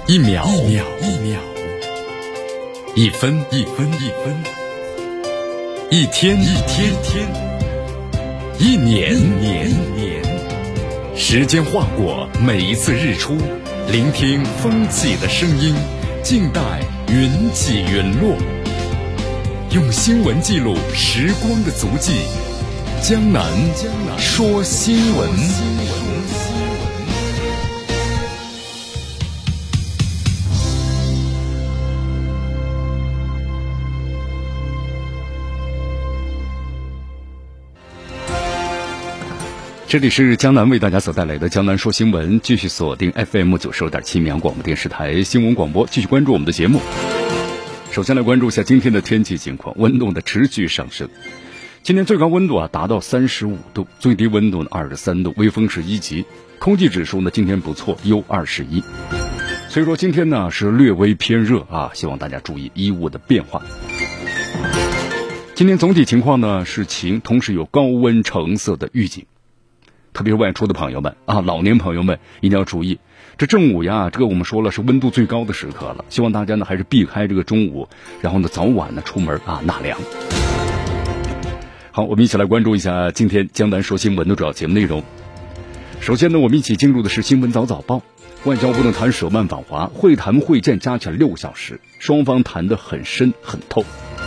一秒一秒一秒，一分一分一分，一天一天天，一年年年。时间划过每一次日出，聆听风起的声音，静待云起云落。用新闻记录时光的足迹，江南说新闻。这里是江南为大家所带来的江南说新闻，继续锁定 FM96.7 绵阳广播电视台新闻广播，继续关注我们的节目。首先来关注一下今天的天气情况，温度的持续上升。今天最高温度达到35度，最低温度23度，微风是1级，空气指数呢今天不错，U21。所以说今天呢是略微偏热希望大家注意衣物的变化。今天总体情况呢是晴，同时有高温橙色的预警。特别是外出的朋友们老年朋友们一定要注意，这正午呀，这个我们说了是温度最高的时刻了，希望大家呢还是避开这个中午，然后呢早晚呢出门纳凉。好，我们一起来关注一下今天江南说新闻的主要节目内容。首先呢，我们一起进入的是新闻早早报。外交部呢谈舍曼访华，会谈会见加起来6小时，双方谈得很深很透。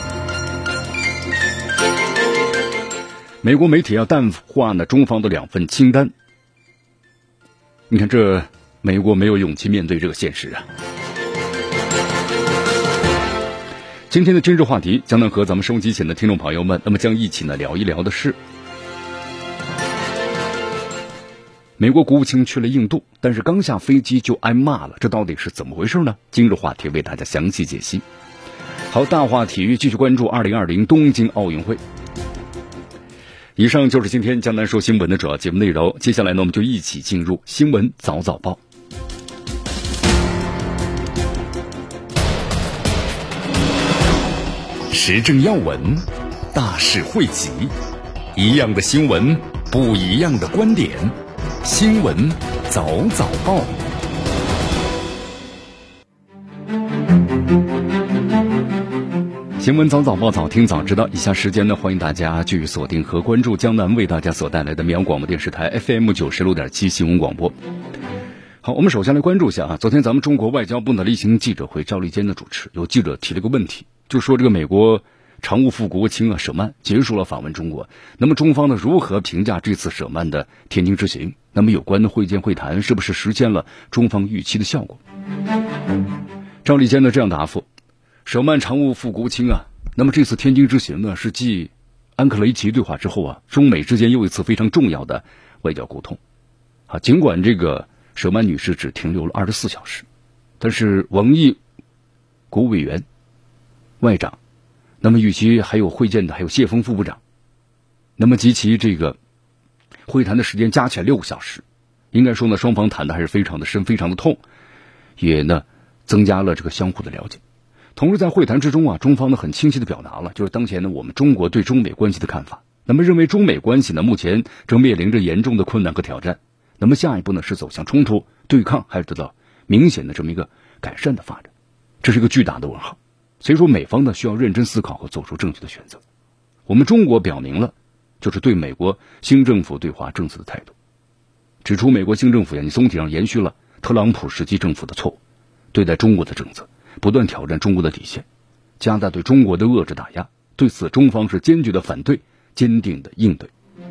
美国媒体要淡化呢中方的2份清单，你看这美国没有勇气面对这个现实今天的今日话题，江南和咱们收音机前的听众朋友们，那么将一起呢聊一聊的是，美国国务卿去了印度，但是刚下飞机就挨骂了，这到底是怎么回事呢？今日话题为大家详细解析。好，大话体育继续关注2020东京奥运会。以上就是今天江南说新闻的主要节目内容，接下来呢我们就一起进入新闻早早报。时政要闻，大事汇集，一样的新闻，不一样的观点，新闻早早报。新闻早早报，早听早知道。以下时间呢，欢迎大家继续锁定和关注江南为大家所带来的绵阳广播电视台 FM96.7 新闻广播。好，我们首先来关注一下昨天咱们中国外交部呢例行记者会，赵立坚的主持，有记者提了个问题，就说这个美国常务副国务卿舍曼结束了访问中国，那么中方呢如何评价这次舍曼的天津之行？那么有关的会见会谈是不是实现了中方预期的效果？赵立坚呢这样答复。舍曼常务副国务卿那么这次天津之行呢，是继安克雷奇对话之后中美之间又一次非常重要的外交沟通尽管这个舍曼女士只停留了24小时，但是王毅国务委员、外长，那么与其还有会见的还有谢峰副部长，那么及其这个会谈的时间加起来6小时，应该说呢双方谈的还是非常的深，非常的痛，也呢增加了这个相互的了解。同时在会谈之中中方呢很清晰地表达了就是当前呢我们中国对中美关系的看法，那么认为中美关系呢目前正面临着严重的困难和挑战，那么下一步呢是走向冲突对抗，还是得到明显的这么一个改善的发展，这是一个巨大的问号。所以说美方呢需要认真思考和做出正确的选择。我们中国表明了就是对美国新政府对华政策的态度，指出美国新政府你总体上延续了特朗普时期政府的错误，对待中国的政策不断挑战中国的底线，加大对中国的遏制打压，对此中方是坚决的反对，坚定的应对。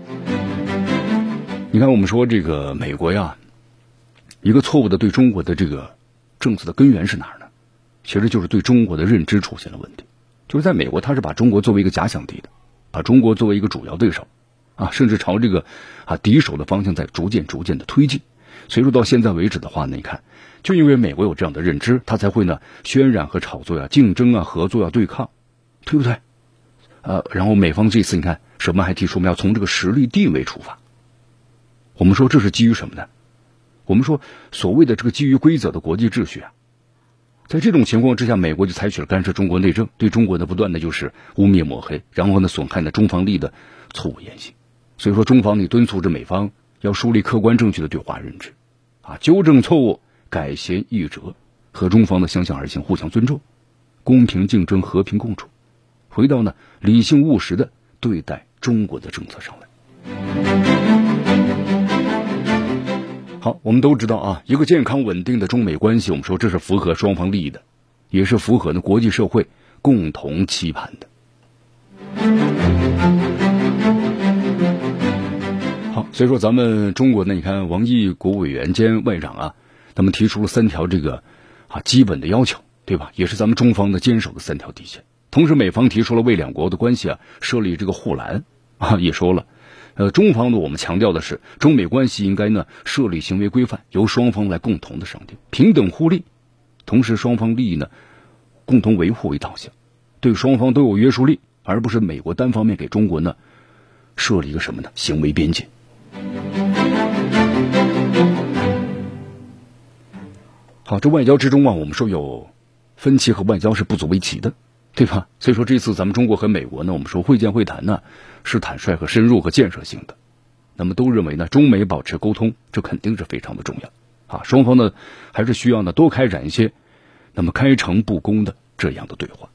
你看我们说这个美国一个错误的对中国的这个政策的根源是哪儿呢？其实就是对中国的认知出现了问题，就是在美国他是把中国作为一个假想敌的，把中国作为一个主要对手甚至朝这个敌手的方向在逐渐的推进。所以说到现在为止的话呢，你看就因为美国有这样的认知，他才会呢渲染和炒作竞争合作对抗，对不对？然后美方这次你看舍曼还提出我们要从这个实力地位出发，我们说这是基于什么呢？我们说所谓的这个基于规则的国际秩序在这种情况之下，美国就采取了干涉中国内政，对中国的不断的就是污蔑抹黑，然后呢损害了中方利益的错误言行。所以说中方敦促着美方要树立客观正确的对华认知纠正错误，改弦易辙， 和中方的相向而行，互相尊重，公平竞争，和平共处，回到呢理性务实的对待中国的政策上来。好，我们都知道啊，一个健康稳定的中美关系，我们说这是符合双方利益的，也是符合呢国际社会共同期盼的。好，所以说咱们中国呢，你看王毅国务委员兼外长啊，他们提出了3条这个基本的要求，对吧？也是咱们中方的坚守的3条底线。同时美方提出了为两国的关系设立这个护栏也说了中方呢，我们强调的是中美关系应该呢设立行为规范，由双方来共同的商定，平等互利，同时双方利益呢共同维护为导向，对双方都有约束力，而不是美国单方面给中国呢设立一个什么呢行为边界。好，这外交之中我们说有分歧和外交是不足为奇的，对吧？所以说这次咱们中国和美国呢，我们说会见会谈呢是坦率和深入和建设性的，那么都认为呢中美保持沟通，这肯定是非常的重要双方呢还是需要呢多开展一些那么开诚布公的这样的对话。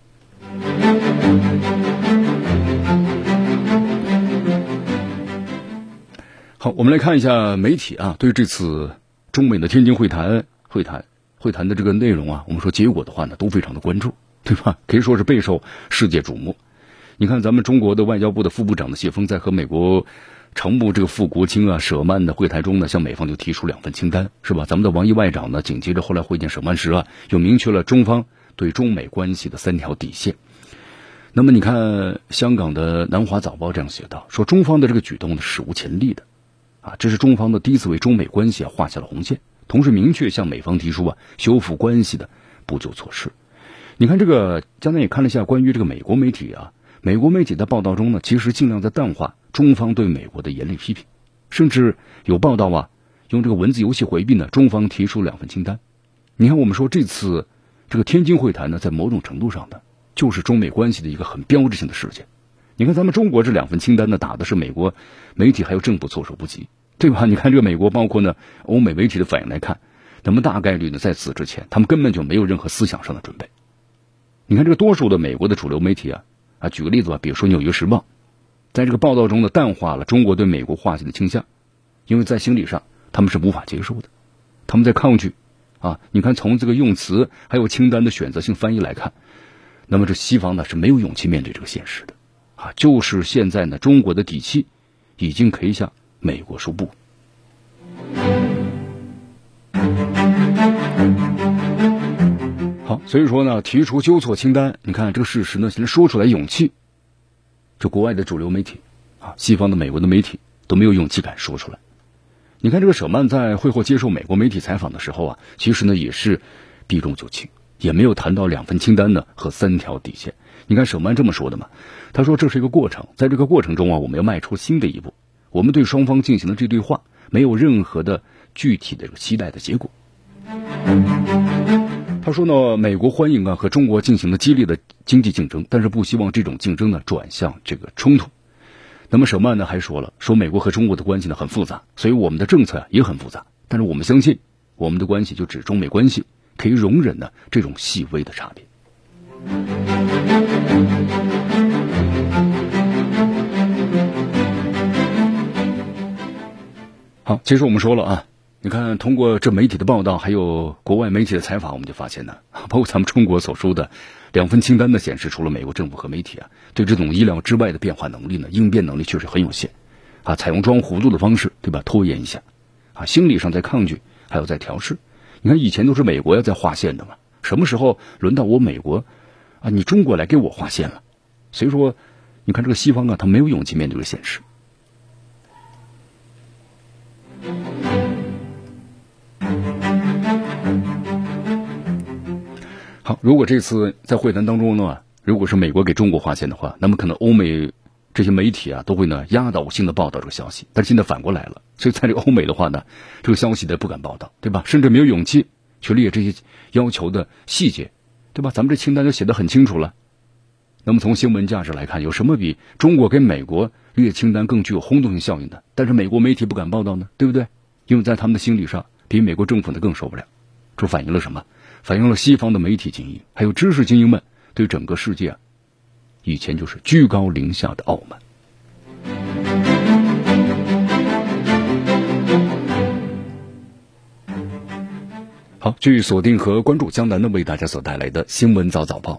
好，我们来看一下媒体对这次中美的天津会谈的这个内容我们说结果的话呢都非常的关注，对吧？可以说是备受世界瞩目。你看咱们中国的外交部的副部长的谢锋在和美国常务这个副国卿舍曼的会谈中呢，向美方就提出2份清单，是吧？咱们的王毅外长呢紧接着后来会见舍曼时又明确了中方对中美关系的3条底线。那么你看香港的南华早报这样写道，说中方的这个举动呢史无前例的这是中方的第一次为中美关系画下了红线，同时明确向美方提出修复关系的补救措施。你看这个江南也看了一下关于这个美国媒体美国媒体的报道中呢，其实尽量在淡化中方对美国的严厉批评，甚至有报道用这个文字游戏回避呢中方提出2份清单。你看我们说这次这个天津会谈呢，在某种程度上呢就是中美关系的一个很标志性的事件。你看咱们中国这2份清单呢打的是美国媒体还有政府措手不及，对吧？你看这个美国包括呢欧美媒体的反应来看，那么大概率呢在此之前他们根本就没有任何思想上的准备。你看这个多数的美国的主流媒体举个例子比如说纽约时报，在这个报道中呢淡化了中国对美国划线的倾向，因为在心理上他们是无法接受的，他们在抗拒你看从这个用词还有清单的选择性翻译来看，那么这西方呢是没有勇气面对这个现实的就是现在呢中国的底气已经可以向美国说不。好，所以说呢提出纠错清单，你看这个事实呢现在说出来勇气，这国外的主流媒体西方的美国的媒体都没有勇气敢说出来。你看这个舍曼在会后接受美国媒体采访的时候其实呢也是避重就轻，也没有谈到2份清单呢和3条底线。你看舍曼这么说的嘛，他说这是一个过程，在这个过程中我们要迈出新的一步，我们对双方进行的这对话没有任何的具体的期待的结果。他说呢，美国欢迎和中国进行了激烈的经济竞争，但是不希望这种竞争呢转向这个冲突。那么舍曼呢还说了，说美国和中国的关系呢很复杂，所以我们的政策也很复杂，但是我们相信我们的关系就指中美关系可以容忍呢这种细微的差别。好，其实我们说了你看通过这媒体的报道还有国外媒体的采访，我们就发现呢包括咱们中国所说的2份清单的显示出了美国政府和媒体对这种意料之外的变化能力呢应变能力确实很有限采用装糊涂的方式，对吧？拖延一下心理上在抗拒还有在调试。你看以前都是美国在划线的嘛，什么时候轮到我美国你中国来给我划线了？所以说你看这个西方他没有勇气面对这个现实。好，如果这次在会谈当中呢，如果是美国给中国划线的话，那么可能欧美这些媒体都会呢压倒性的报道这个消息，但是现在反过来了，所以在这个欧美的话呢，这个消息的不敢报道，对吧？甚至没有勇气去列这些要求的细节，对吧？咱们这清单就写得很清楚了。那么从新闻价值来看，有什么比中国给美国列清单更具有轰动性效应的？但是美国媒体不敢报道呢，对不对？因为在他们的心理上比美国政府呢更受不了。这反映了什么？ 反映了西方的媒体精英还有知识精英们对整个世界以前就是居高临下的傲慢。好，继续锁定和关注江南的为大家所带来的新闻早早报，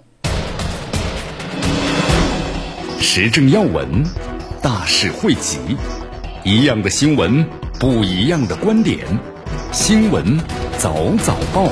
时政要闻，大事汇集，一样的新闻，不一样的观点，新闻早早报。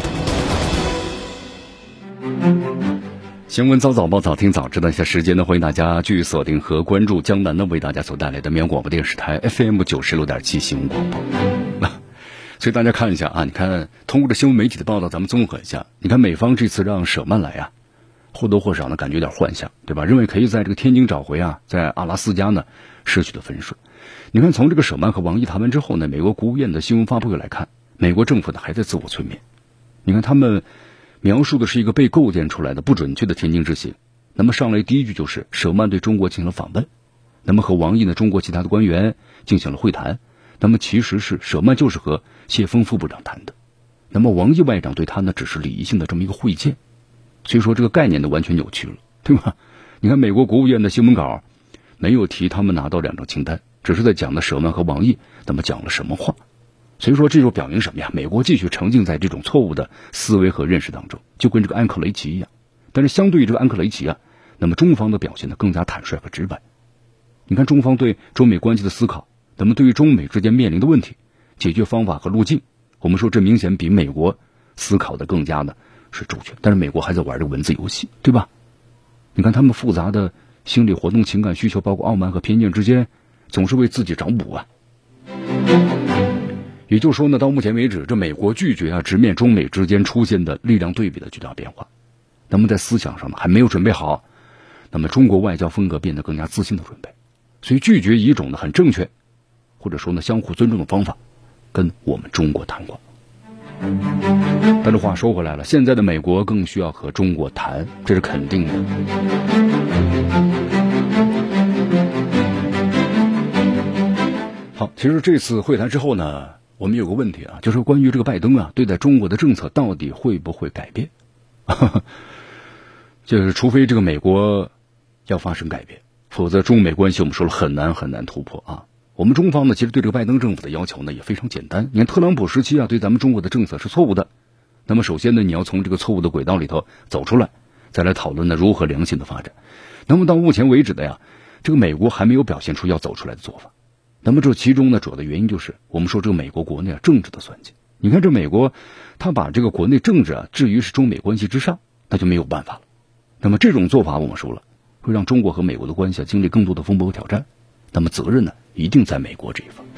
新闻早早报，早听早知道。一下时间呢，欢迎大家继续锁定和关注江南呢为大家所带来的绵阳广播电视台 FM 96.7新闻广播。所以大家看一下啊，你看通过这新闻媒体的报道，咱们综合一下，你看美方这次让舍曼来啊，或多或少呢感觉有点幻想，对吧？认为可以在这个天津找回啊，在阿拉斯加呢失去的分数。你看从这个舍曼和王毅谈完之后呢，美国国务院的新闻发布会来看，美国政府呢还在自我催眠。你看他们描述的是一个被构建出来的不准确的天津之行。那么上来第一句就是舍曼对中国进行了访问，那么和王毅呢中国其他的官员进行了会谈。那么其实是舍曼就是和谢峰副部长谈的，那么王毅外长对他呢只是礼仪性的这么一个会见，所以说这个概念呢完全扭曲了，对吧？你看美国国务院的新闻稿没有提他们拿到2张清单，只是在讲的舍曼和王毅那么讲了什么话。所以说这就表明什么呀？美国继续沉浸在这种错误的思维和认识当中，就跟这个安克雷奇一样。但是相对于这个安克雷奇啊，那么中方的表现呢更加坦率和直白。你看中方对中美关系的思考，那么对于中美之间面临的问题解决方法和路径，我们说这明显比美国思考的更加的是周全。但是美国还在玩这个文字游戏，对吧？你看他们复杂的心理活动、情感需求，包括傲慢和偏见之间，总是为自己找补啊。也就是说呢，到目前为止，这美国拒绝直面中美之间出现的力量对比的巨大变化。那么在思想上呢，还没有准备好，那么中国外交风格变得更加自信的准备，所以拒绝以一种呢很正确，或者说呢相互尊重的方法，跟我们中国谈话。但是话说回来了，现在的美国更需要和中国谈，这是肯定的。好，其实这次会谈之后呢，我们有个问题啊，就是关于这个拜登啊对待中国的政策到底会不会改变？就是除非这个美国要发生改变，否则中美关系我们说了很难突破啊。我们中方呢，其实对这个拜登政府的要求呢也非常简单。你看特朗普时期啊，对咱们中国的政策是错误的。那么首先呢，你要从这个错误的轨道里头走出来，再来讨论呢如何良性的发展。那么到目前为止的呀，这个美国还没有表现出要走出来的做法。那么这其中呢，主要的原因就是我们说这个美国国内政治的算计。你看这美国，他把这个国内政治置于是中美关系之上，那就没有办法了。那么这种做法我们说了，会让中国和美国的关系经历更多的风波和挑战。那么责任呢，一定在美国这一方。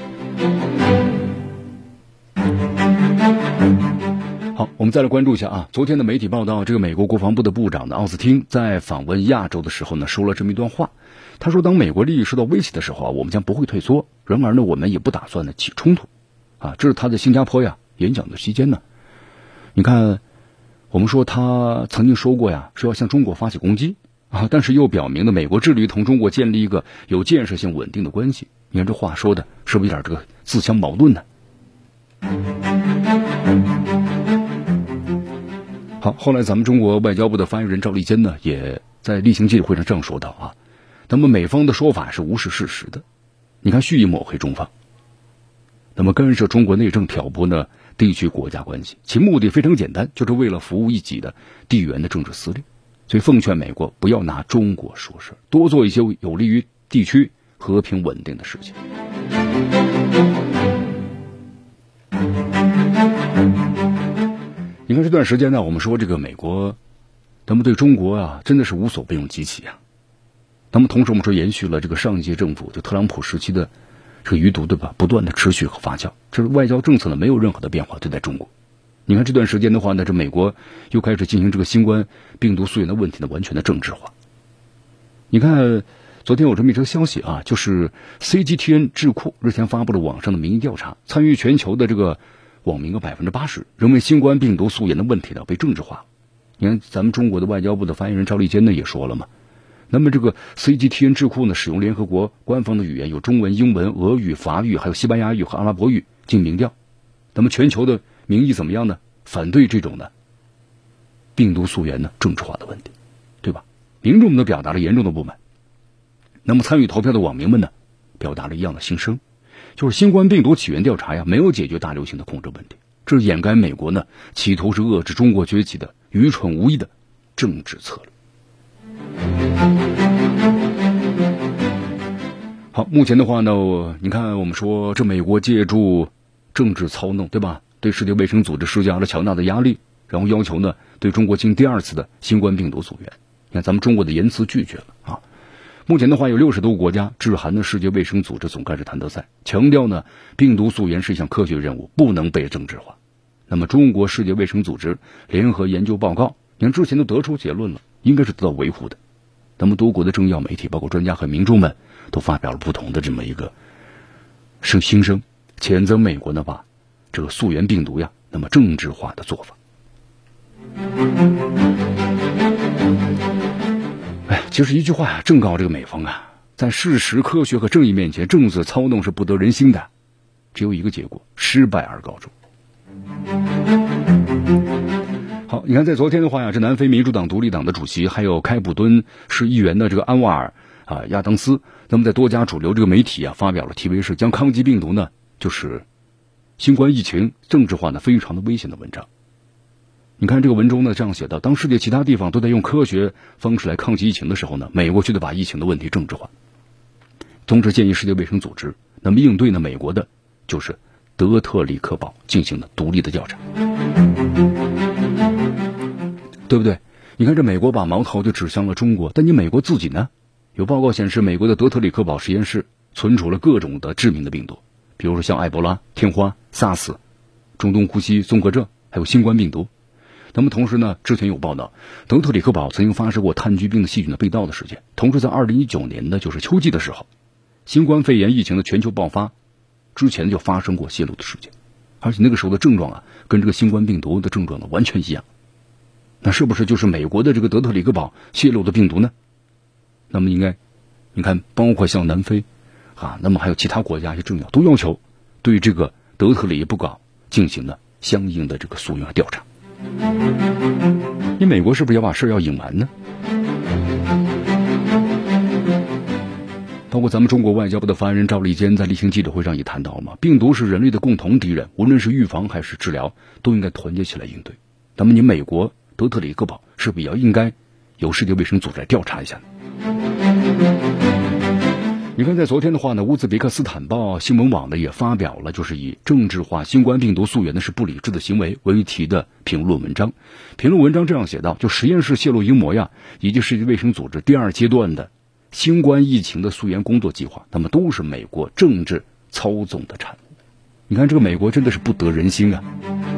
好，我们再来关注一下啊，昨天的媒体报道，这个美国国防部的部长的奥斯汀在访问亚洲的时候呢，说了这么一段话。他说，当美国利益受到威胁的时候啊，我们将不会退缩。然而呢，我们也不打算呢起冲突。啊，这是他在新加坡演讲的期间呢。你看，我们说他曾经说过说要向中国发起攻击啊，但是又表明了美国致力于同中国建立一个有建设性稳定的关系。你看这话说的是不是有点这个自相矛盾呢？好，后来咱们中国外交部的发言人赵立坚呢，也在例行记者会上这样说道啊，那么美方的说法是无视事实的，你看蓄意抹黑中方，那么干涉中国内政，挑拨呢地区国家关系，其目的非常简单，就是为了服务一己的地缘的政治私利。所以奉劝美国不要拿中国说事，多做一些有利于地区和平稳定的事情。你看这段时间呢，我们说这个美国那么对中国真的是无所不用其极啊。那么同时我们说延续了这个上一届政府就特朗普时期的这个余毒，对吧？不断的持续和发酵，这是外交政策呢没有任何的变化对待中国。你看这段时间的话呢，这美国又开始进行这个新冠病毒溯源的问题呢完全的政治化。你看昨天有这么一则消息啊，就是 CGTN 智库日前发布了网上的民意调查，参与全球的这个网民80%认为新冠病毒溯源的问题呢被政治化。你看咱们中国的外交部的发言人赵立坚呢也说了嘛，那么这个 CGTN 智库呢使用联合国官方的语言，有中文、英文、俄语、法语，还有西班牙语和阿拉伯语进行民调。那么全球的民意怎么样呢？反对这种呢病毒溯源呢政治化的问题，对吧？民众们都表达了严重的不满。那么参与投票的网民们呢，表达了一样的心声，就是新冠病毒起源调查呀，没有解决大流行的控制问题，这是掩盖美国呢企图是遏制中国崛起的愚蠢无益的政治策略。好，目前的话呢，你看我们说这美国借助政治操弄，对吧？对世界卫生组织施加了强大的压力，然后要求呢对中国进行第二次的新冠病毒溯源。你看咱们中国的言辞拒绝了啊。目前的话，有60多个国家致函的世界卫生组织总干事谭德赛，强调呢病毒溯源是一项科学任务，不能被政治化。那么中国世界卫生组织联合研究报告，你看之前都得出结论了，应该是得到维护的。那么多国的政要媒体，包括专家和民众们，都发表了不同的这么一个心声，谴责美国呢把这个溯源病毒呀那么政治化的做法。其实一句话呀，正告这个美方啊，在事实、科学和正义面前，政治操弄是不得人心的，只有一个结果，失败而告终。好，你看在昨天的话呀，这南非民主党独立党的主席，还有开普敦市议员的这个安瓦尔亚当斯，那么在多家主流这个媒体啊，发表了题为是将抗击病毒呢，就是新冠疫情政治化的非常的危险的文章。你看这个文中呢这样写道，当世界其他地方都在用科学方式来抗击疫情的时候呢，美国却得把疫情的问题政治化。同时建议世界卫生组织那么应对呢美国的就是德特里克堡进行了独立的调查，对不对？你看这美国把矛头就指向了中国，但你美国自己呢？有报告显示，美国的德特里克堡实验室存储了各种的致命的病毒，比如说像埃博拉、天花、SARS、中东呼吸综合症，还有新冠病毒。那么同时呢，之前有报道，德特里克堡曾经发生过炭疽病的细菌的被盗的事件。同时在2019年的就是秋季的时候，新冠肺炎疫情的全球爆发之前就发生过泄露的事件，而且那个时候的症状啊，跟这个新冠病毒的症状呢完全一样。那是不是就是美国的这个德特里克堡泄露的病毒呢？那么应该，你看，包括像南非那么还有其他国家一些政要都要求对这个德特里克堡进行了相应的这个溯源和调查。你美国是不是要把事要隐瞒呢？包括咱们中国外交部的发言人赵立坚在例行记者会上也谈到嘛，病毒是人类的共同敌人，无论是预防还是治疗，都应该团结起来应对。那么你美国德特里克堡是不是也要应该由世界卫生组织来调查一下呢？你看在昨天的话呢，乌兹别克斯坦报新闻网呢也发表了就是以政治化新冠病毒溯源的是不理智的行为为题的评论文章。评论文章这样写道，就实验室泄露阴谋呀，以及世界卫生组织第2阶段的新冠疫情的溯源工作计划，那么都是美国政治操纵的产物。你看这个美国真的是不得人心啊。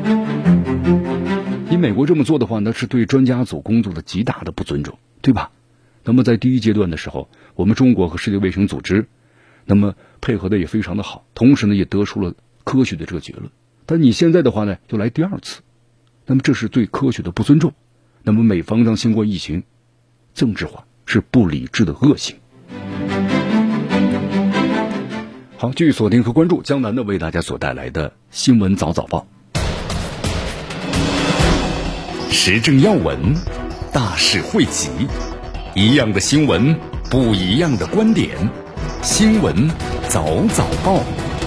你美国这么做的话呢，是对专家组工作的极大的不尊重，对吧？那么在第1阶段的时候，我们中国和世界卫生组织那么配合的也非常的好，同时呢也得出了科学的这个结论。但你现在的话呢又来第2次，那么这是对科学的不尊重，那么美方让新冠疫情政治化是不理智的恶行。好，继续锁定和关注江南的为大家所带来的新闻早早报， 时政要闻，大事汇集，一样的新闻，不一样的观点。新闻早早报，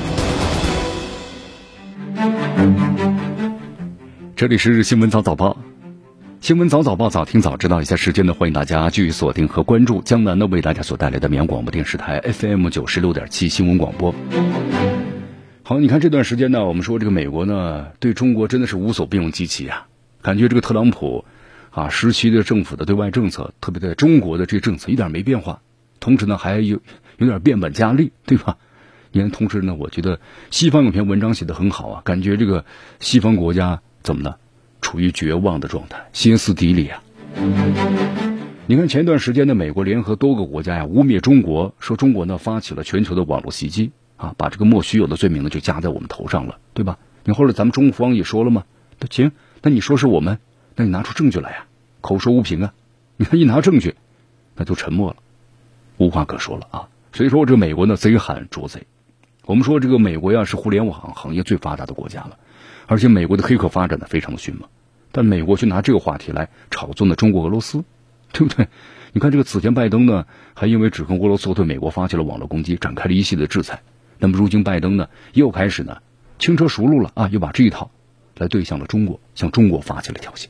这里是新闻早早报。新闻早早报，早听早知道。以下时间呢，欢迎大家继续锁定和关注江南呢为大家所带来的绵阳广播电视台 FM 96.7新闻广播。好，你看这段时间呢，我们说这个美国呢对中国真的是无所不用其极啊，感觉这个特朗普时期的政府的对外政策，特别在中国的这政策一点没变化，同时呢还有点变本加厉，对吧？你看，同时呢，我觉得西方有篇文章写得很好啊，感觉这个西方国家怎么呢？处于绝望的状态，歇斯底里啊！你看前一段时间的美国联合多个国家呀，污蔑中国，说中国呢发起了全球的网络袭击把这个莫须有的罪名呢就加在我们头上了，对吧？你后来咱们中方也说了嘛，行，那你说是我们，那你拿出证据来啊，口说无凭啊！你看一拿证据，那就沉默了，无话可说了啊！所以说这个美国呢贼喊捉贼。我们说这个美国呀是互联网行业最发达的国家了，而且美国的黑客发展的非常的迅猛， 但美国却拿这个话题来炒作呢中国俄罗斯，对不对？你看这个此前拜登呢还因为指控俄罗斯对美国发起了网络攻击，展开了一系列的制裁。那么如今拜登呢又开始呢轻车熟路了啊，又把这一套来对向了中国，向中国发起了挑衅。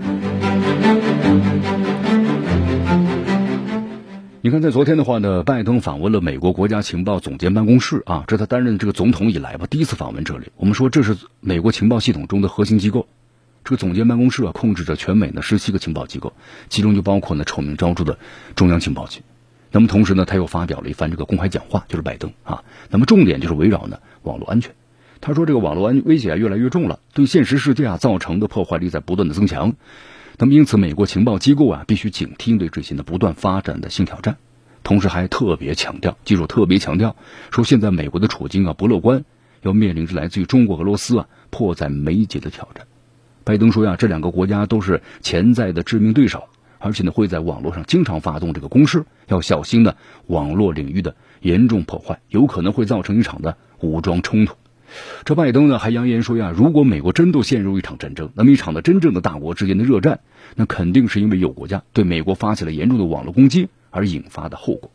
你看在昨天的话呢，拜登访问了美国国家情报总监办公室啊，这他担任这个总统以来吧第一次访问这里。我们说这是美国情报系统中的核心机构，这个总监办公室啊控制着全美的17个情报机构，其中就包括呢臭名昭著的中央情报局。那么同时呢他又发表了一番这个公开讲话，就是拜登啊，那么重点就是围绕呢网络安全。他说这个网络威胁越来越重了，对现实世界造成的破坏力在不断的增强。那么因此美国情报机构必须警惕应对这些不断发展的新挑战。同时还特别强调，记住特别强调说现在美国的处境不乐观，要面临着来自于中国俄罗斯迫在眉睫的挑战。拜登说这两个国家都是潜在的致命对手，而且呢会在网络上经常发动这个攻势，要小心的网络领域的严重破坏，有可能会造成一场的武装冲突。这拜登呢还扬言说如果美国真的陷入一场战争，那么一场的真正的大国之间的热战，那肯定是因为有国家对美国发起了严重的网络攻击而引发的后果。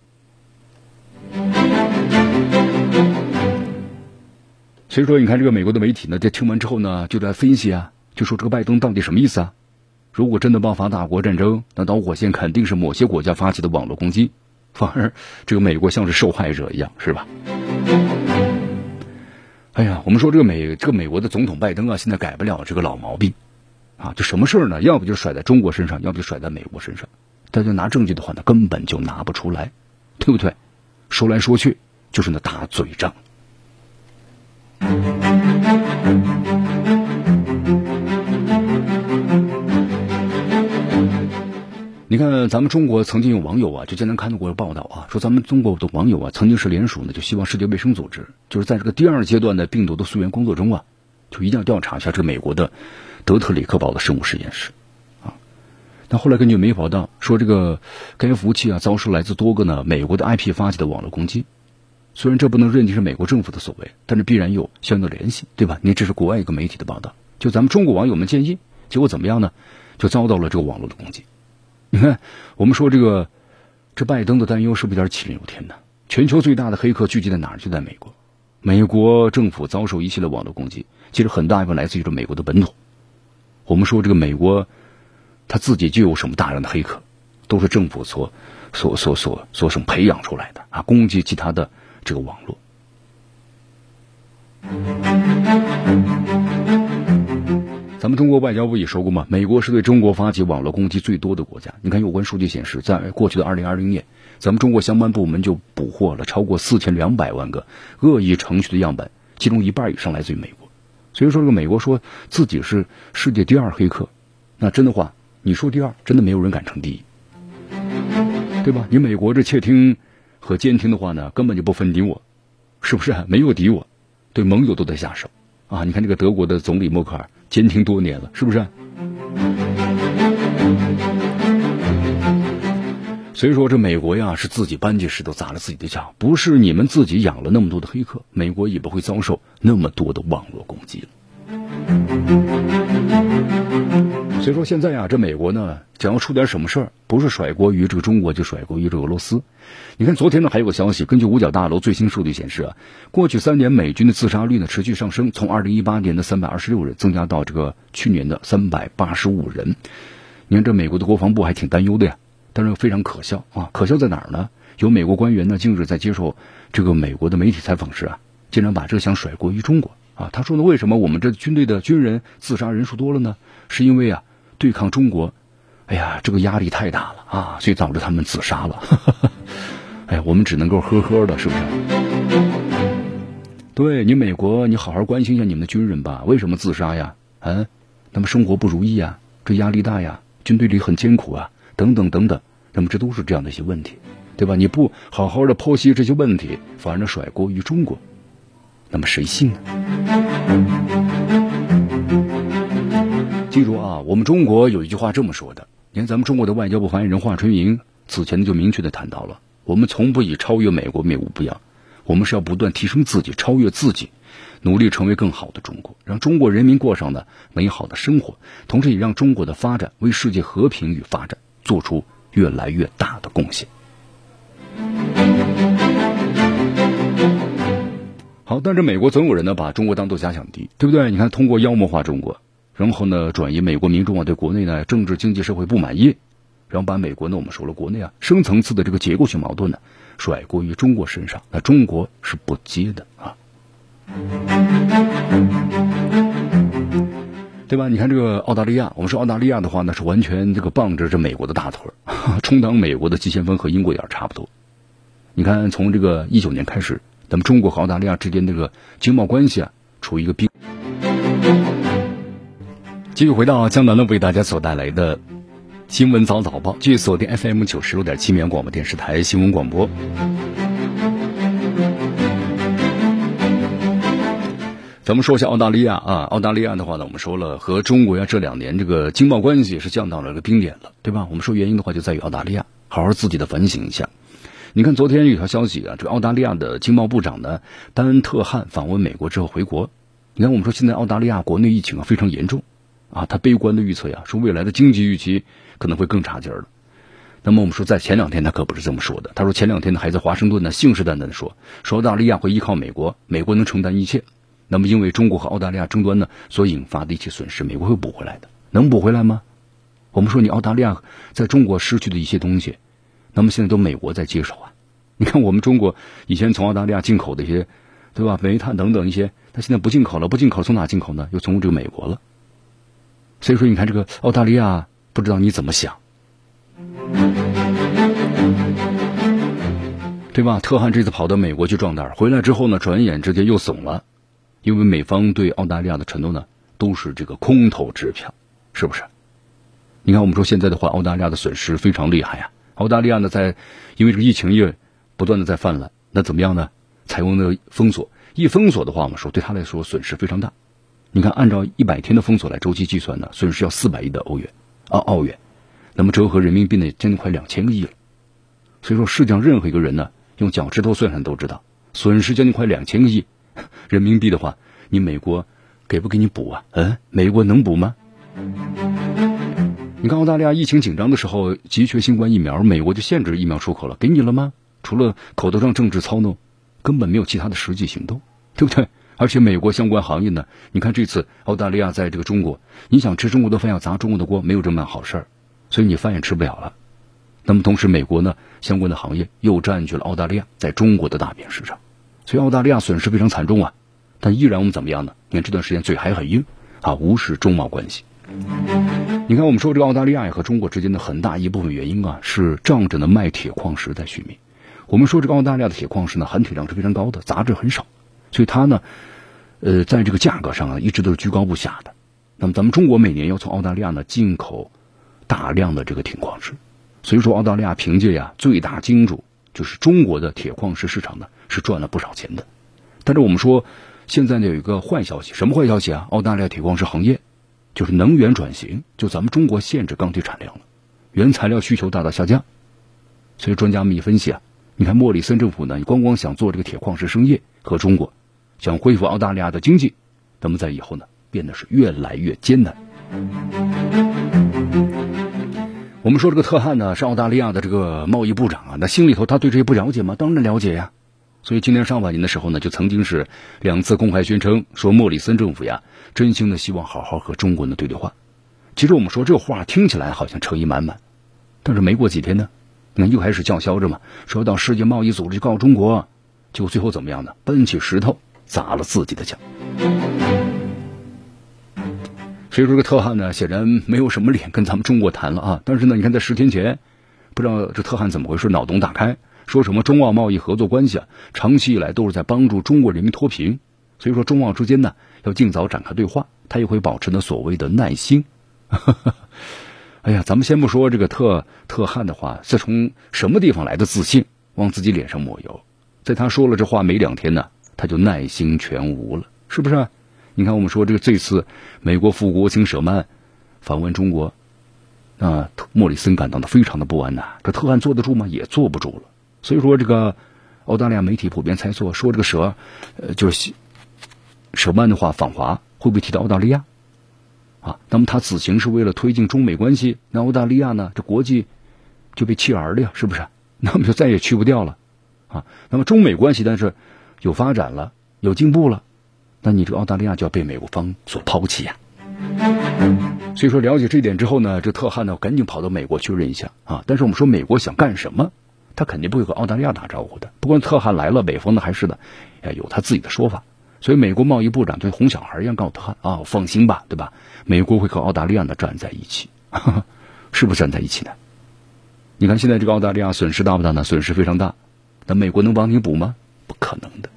所以说你看这个美国的媒体呢在听完之后呢就在分析就说这个拜登到底什么意思如果真的爆发大国战争，那导火线肯定是某些国家发起的网络攻击，反而这个美国像是受害者一样，是吧？哎呀，我们说这个美国的总统拜登现在改不了这个老毛病就什么事呢？要不就甩在中国身上，要不就甩在美国身上。但就拿证据的话呢，根本就拿不出来，对不对？说来说去就是那打嘴仗。你看咱们中国曾经有网友就经常看到过报道说咱们中国的网友曾经是联署呢，就希望世界卫生组织就是在这个第2阶段的病毒的溯源工作中就一定要调查一下这个美国的德特里克堡的生物实验室那后来根据媒体报道说，这个该服务器遭受来自多个呢美国的 IP 发起的网络攻击。虽然这不能认定是美国政府的所为，但是必然有相应的联系，对吧？你这是国外一个媒体的报道，就咱们中国网友们建议，结果怎么样呢？就遭到了这个网络的攻击。你看，我们说这拜登的担忧是不是有点杞人忧天呢？全球最大的黑客聚集在哪儿？就在美国。美国政府遭受一系列网络攻击，其实很大一部分来自于这美国的本土。我们说这个美国他自己就有什么大量的黑客，都是政府所培养出来的攻击其他的这个网络。咱们中国外交部也说过嘛，美国是对中国发起网络攻击最多的国家。你看有关数据显示，在过去的2020年，咱们中国相关部门就捕获了超过4200万个恶意程序的样本，其中一半以上来自于美国。所以说这个美国说自己是世界第2黑客，那真的话你说第2，真的没有人敢称第1，对吧？你美国这窃听和监听的话呢，根本就不分敌我，是不是？没有敌我，对盟友都在下手你看这个德国的总理默克尔监听多年了，是不是？所以说这美国是自己搬起石头砸了自己的脚，不是你们自己养了那么多的黑客，美国也不会遭受那么多的网络攻击了。所以说现在这美国呢，只要出点什么事儿，不是甩锅于这个中国，就甩锅于这个俄罗斯。你看昨天呢还有个消息，根据五角大楼最新数据显示过去3年美军的自杀率呢持续上升，从2018年的326人增加到这个去年的385人。你看这美国的国防部还挺担忧的但是非常可笑可笑在哪儿呢？有美国官员呢近日在接受这个美国的媒体采访时竟然把这个想甩锅于中国他说呢，为什么我们这军队的军人自杀人数多了呢？是因为对抗中国这个压力太大了所以导致他们自杀了我们只能够呵呵的，是不是？对，你美国你好好关心一下你们的军人吧，为什么自杀那么生活不如意这压力大军队里很艰苦等等等等，那么这都是这样的一些问题，对吧？你不好好的剖析这些问题，反而呢甩锅于中国，那么谁信呢？记住我们中国有一句话这么说的，你看咱们中国的外交部发言人华春莹此前就明确的谈到了，我们从不以超越美国为目标，我们是要不断提升自己，超越自己。 努力成为更好的中国，让中国人民过上呢美好的生活，同时也让中国的发展为世界和平与发展做出越来越大的贡献。好，但是美国总有人呢把中国当作假想敌，对不对？你看，通过妖魔化中国，然后呢转移美国民众啊对国内呢政治经济社会不满意，然后把美国呢我们说了国内啊深层次的这个结构性矛盾呢甩锅于中国身上，那中国是不接的啊，对吧？你看这个澳大利亚，我们说澳大利亚的话呢是完全这个傍着美国的大腿，充当美国的急先锋，和英国也差不多。你看从这个19年开始，咱们中国和澳大利亚之间这个经贸关系啊处于一个冰。继续回到江南呢为大家所带来的新闻早早报，继续锁定 FM 96.7绵阳广播电视台新闻广播。咱们说一下澳大利亚啊，澳大利亚的话呢，我们说了和中国呀这2年这个经贸关系是降到了一个冰点了，对吧？我们说原因的话就在于澳大利亚好好自己的反省一下。你看昨天有条消息啊，这个澳大利亚的经贸部长呢丹恩特汉访问美国之后回国。你看我们说现在澳大利亚国内疫情啊非常严重啊，他悲观的预测呀说未来的经济预期可能会更差劲儿了。那么我们说在前2天他可不是这么说的，他说前2天呢还在华盛顿呢信誓旦旦的说澳大利亚会依靠美国，美国能承担一切。那么因为中国和澳大利亚争端呢所引发的一些损失，美国会补回来的。能补回来吗？我们说你澳大利亚在中国失去的一些东西，那么现在都美国在接手啊。你看我们中国以前从澳大利亚进口的一些，对吧，煤炭等等一些，它现在不进口了，不进口从哪进口呢？又从这个美国了。所以说你看这个澳大利亚，不知道你怎么想，对吧？特汉这次跑到美国去壮胆，回来之后呢转眼之间又怂了，因为美方对澳大利亚的承诺呢都是这个空头支票，是不是？你看我们说现在的话，澳大利亚的损失非常厉害啊。澳大利亚呢在因为这个疫情也不断的在泛滥，那怎么样呢？采用那个封锁，一封锁的话，我们说对他来说损失非常大。你看按照100天的封锁来周期计算呢，损失要400亿的澳元，那么折合人民币呢将近快2000个亿了。所以说世界上任何一个人呢用脚趾头算算都知道，损失将近快2000个亿人民币的话，你美国给不给你补啊？美国能补吗？你看澳大利亚疫情紧张的时候急缺新冠疫苗，美国就限制疫苗出口了，给你了吗？除了口头上政治操弄，根本没有其他的实际行动，对不对？而且美国相关行业呢，你看这次澳大利亚在这个中国，你想吃中国的饭要砸中国的锅，没有这么好事儿，所以你饭也吃不了了。那么同时美国呢相关的行业又占据了澳大利亚在中国的大片市场，所以澳大利亚损失非常惨重啊。但依然我们怎么样呢？你看这段时间嘴还很硬啊，无视中贸关系。你看我们说这个澳大利亚和中国之间的很大一部分原因啊，是仗着呢卖铁矿石在续命。我们说这个澳大利亚的铁矿石呢含铁量是非常高的，杂质很少，所以它呢在这个价格上啊一直都是居高不下的。那么咱们中国每年要从澳大利亚呢进口大量的这个铁矿石，所以说澳大利亚凭借呀最大金主就是中国的铁矿石市场呢是赚了不少钱的。但是我们说现在呢有一个坏消息，什么坏消息啊？澳大利亚铁矿石行业就是能源转型，就咱们中国限制钢铁产量了，原材料需求大大下降。所以专家们一分析啊，你看莫里森政府呢光想做这个铁矿石生业和中国想恢复澳大利亚的经济，那么在以后呢变得是越来越艰难。我们说这个特汉呢是澳大利亚的这个贸易部长啊，那心里头他对这些不了解吗？当然了解呀。所以今年上半年的时候呢，就曾经是2次公开宣称说莫里森政府呀真心的希望好好和中国的对话。其实我们说这话听起来好像诚意满满，但是没过几天呢，你看又开始叫嚣着嘛，说到世界贸易组织告中国，结果最后怎么样呢？搬起石头砸了自己的脚。所以说这个特汉呢显然没有什么脸跟咱们中国谈了啊。但是呢你看在10天前，不知道这特汉怎么回事，脑洞大开，说什么中澳贸易合作关系啊长期以来都是在帮助中国人民脱贫，所以说中澳之间呢要尽早展开对话，他也会保持呢所谓的耐心。哎呀，咱们先不说这个特汉的话是从什么地方来的自信，往自己脸上抹油，在他说了这话没2天呢，他就耐心全无了，是不是？你看我们说这个这次美国副国卿舍曼访问中国，莫里森感到的非常的不安呐，这特汉坐得住吗？也坐不住了。所以说这个澳大利亚媒体普遍猜测说这个就是舍曼的话访华会不会提到澳大利亚啊？那么他此行是为了推进中美关系，那澳大利亚呢，这国际就被弃儿了呀，是不是？那么就再也去不掉了啊。那么中美关系但是有发展了，有进步了，那你这个澳大利亚就要被美国方所抛弃呀。所以说了解这一点之后呢，这特汉呢赶紧跑到美国确认一下啊。但是我们说美国想干什么，他肯定不会和澳大利亚打招呼的。不管特汉来了，美方呢还是的，有他自己的说法。所以美国贸易部长就哄小孩一样告诉特汉啊，放心吧，对吧？美国会和澳大利亚呢站在一起，是不是站在一起呢？你看现在这个澳大利亚损失大不大呢？损失非常大，那美国能帮你补吗？不可能的。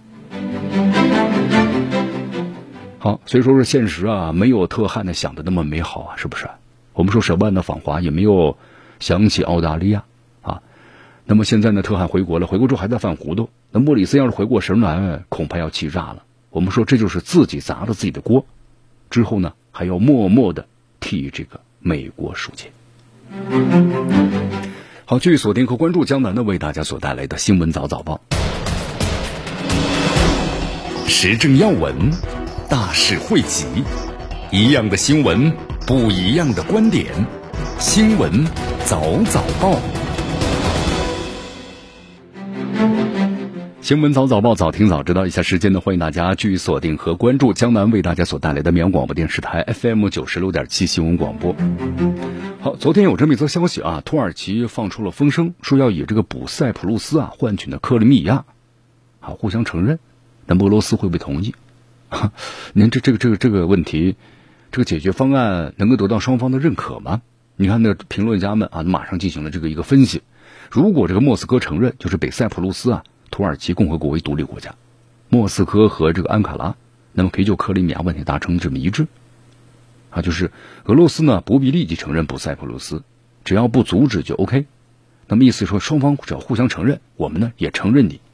好，所以说是现实啊，没有特汉的想的那么美好啊，是不是？我们说舍曼的访华也没有想起澳大利亚啊。那么现在呢，特汉回国了，回国之后还在犯糊涂。那莫里森要是回过神来，恐怕要气炸了。我们说这就是自己砸了自己的锅，之后呢还要默默的替这个美国输钱。好，继续锁定和关注江南的为大家所带来的新闻早早报， 时政要闻，大事汇集，一样的新闻，不一样的观点，新闻早早报。 新闻早早报，早听早知道。以下时间呢，欢迎大家继续锁定和关注江南为大家所带来的绵阳广播电视台 FM 96.7新闻广播。好，昨天有这么一则消息啊，土耳其放出了风声，说要以这个补塞浦路斯啊换取呢克里米亚，好互相承认。那俄罗斯会不会同意？您这个问题，这个解决方案能够得到双方的认可吗？你看那评论家们啊，马上进行了这个一个分析。如果这个莫斯科承认，就是北塞浦路斯啊土耳其共和国为独立国家，莫斯科和这个安卡拉那么可以就克里米亚问题达成这么一致啊，就是俄罗斯呢不必立即承认补塞浦路斯，只要不阻止就 OK。 那么意思说双方只要互相承认，我们呢也承认你。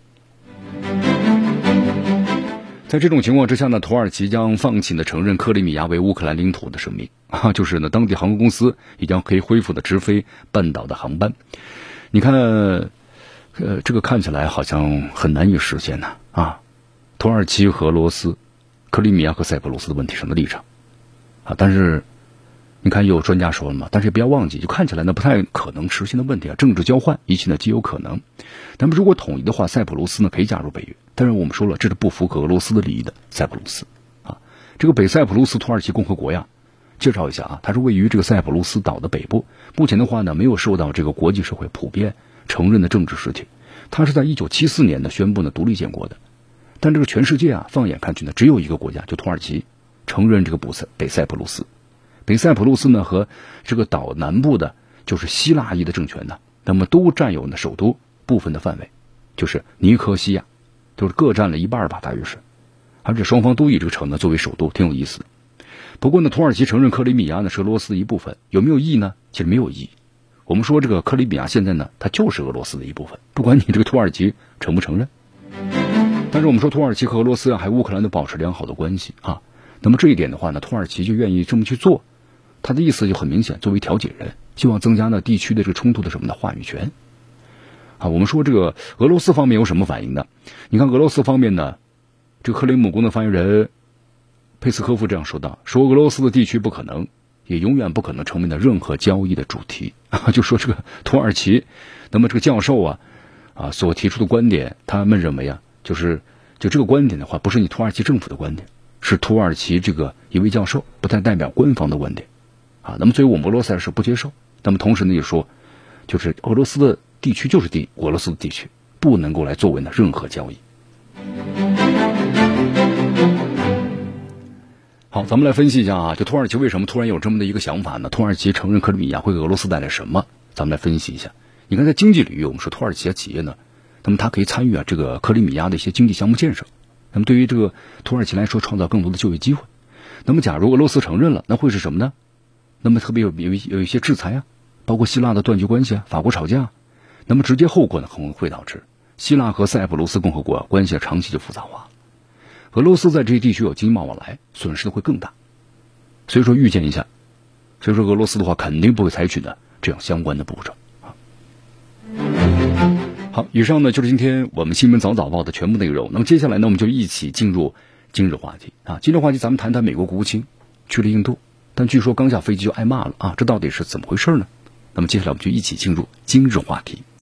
在这种情况之下呢，土耳其将放弃呢承认克里米亚为乌克兰领土的声明啊，就是呢当地航空公司也将可以恢复的直飞半岛的航班。你看这个看起来好像很难以实现呢啊！土耳其和俄罗斯、克里米亚和塞浦路斯的问题上的立场啊，但是你看有专家说了嘛，但是不要忘记，就看起来呢不太可能实现的问题啊，政治交换一切呢极有可能。那么如果统一的话，塞浦路斯呢可以加入北约，但是我们说了，这是不符合俄罗斯的利益的。塞浦路斯啊，这个北塞浦路斯土耳其共和国呀，介绍一下啊，它是位于这个塞浦路斯岛的北部，目前的话呢没有受到这个国际社会普遍承认的政治实体。它是在1974年呢宣布呢独立建国的，但这个全世界啊放眼看去呢，只有一个国家，就土耳其承认这个北塞浦路斯。北塞浦路斯呢和这个岛南部的就是希腊裔的政权呢，那么都占有呢首都部分的范围，就是尼科西亚，就是各占了一半吧，大约是。而且双方都以这个城呢作为首都，挺有意思的。不过呢，土耳其承认克里米亚呢是俄罗斯的一部分，有没有意义呢？其实没有意义。我们说这个克里米亚现在呢，它就是俄罗斯的一部分，不管你这个土耳其承不承认。但是我们说土耳其和俄罗斯还有乌克兰都保持良好的关系啊。那么这一点的话呢，土耳其就愿意这么去做，他的意思就很明显，作为调解人，希望增加呢地区的这个冲突的什么的话语权。啊，我们说这个俄罗斯方面有什么反应呢？你看俄罗斯方面呢，这个克里姆宫的发言人佩斯科夫这样说道，说俄罗斯的地区不可能，也永远不可能成为呢任何交易的主题啊。就说这个土耳其，那么这个教授啊所提出的观点，他们认为啊，就这个观点的话，不是你土耳其政府的观点，是土耳其这个一位教授，不太代表官方的观点啊。那么作为我们俄罗斯是不接受。那么同时呢也说，就是俄罗斯的地区就是俄罗斯的地区，不能够来作为呢任何交易。好，咱们来分析一下啊，就土耳其为什么突然有这么的一个想法呢？土耳其承认克里米亚会给俄罗斯带来什么？咱们来分析一下。你看在经济领域，我们说土耳其企业呢，那么它可以参与这个克里米亚的一些经济项目建设，那么对于这个土耳其来说，创造更多的就业机会。那么假如俄罗斯承认了，那会是什么呢？那么特别有一些制裁啊，包括希腊的断绝关系啊，法国吵架，那么直接后果呢可能会导致希腊和塞浦路斯共和国关系长期就复杂化，俄罗斯在这些地区有经贸往来，损失的会更大。所以说预见一下，所以说俄罗斯的话肯定不会采取的这样相关的步骤啊。好，以上呢就是今天我们新闻早早报的全部内容。那么接下来呢，我们就一起进入今日话题啊，今日话题咱们谈谈美国国务卿去了印度，但据说刚下飞机就挨骂了啊，这到底是怎么回事呢？那么接下来我们就一起进入今日话题。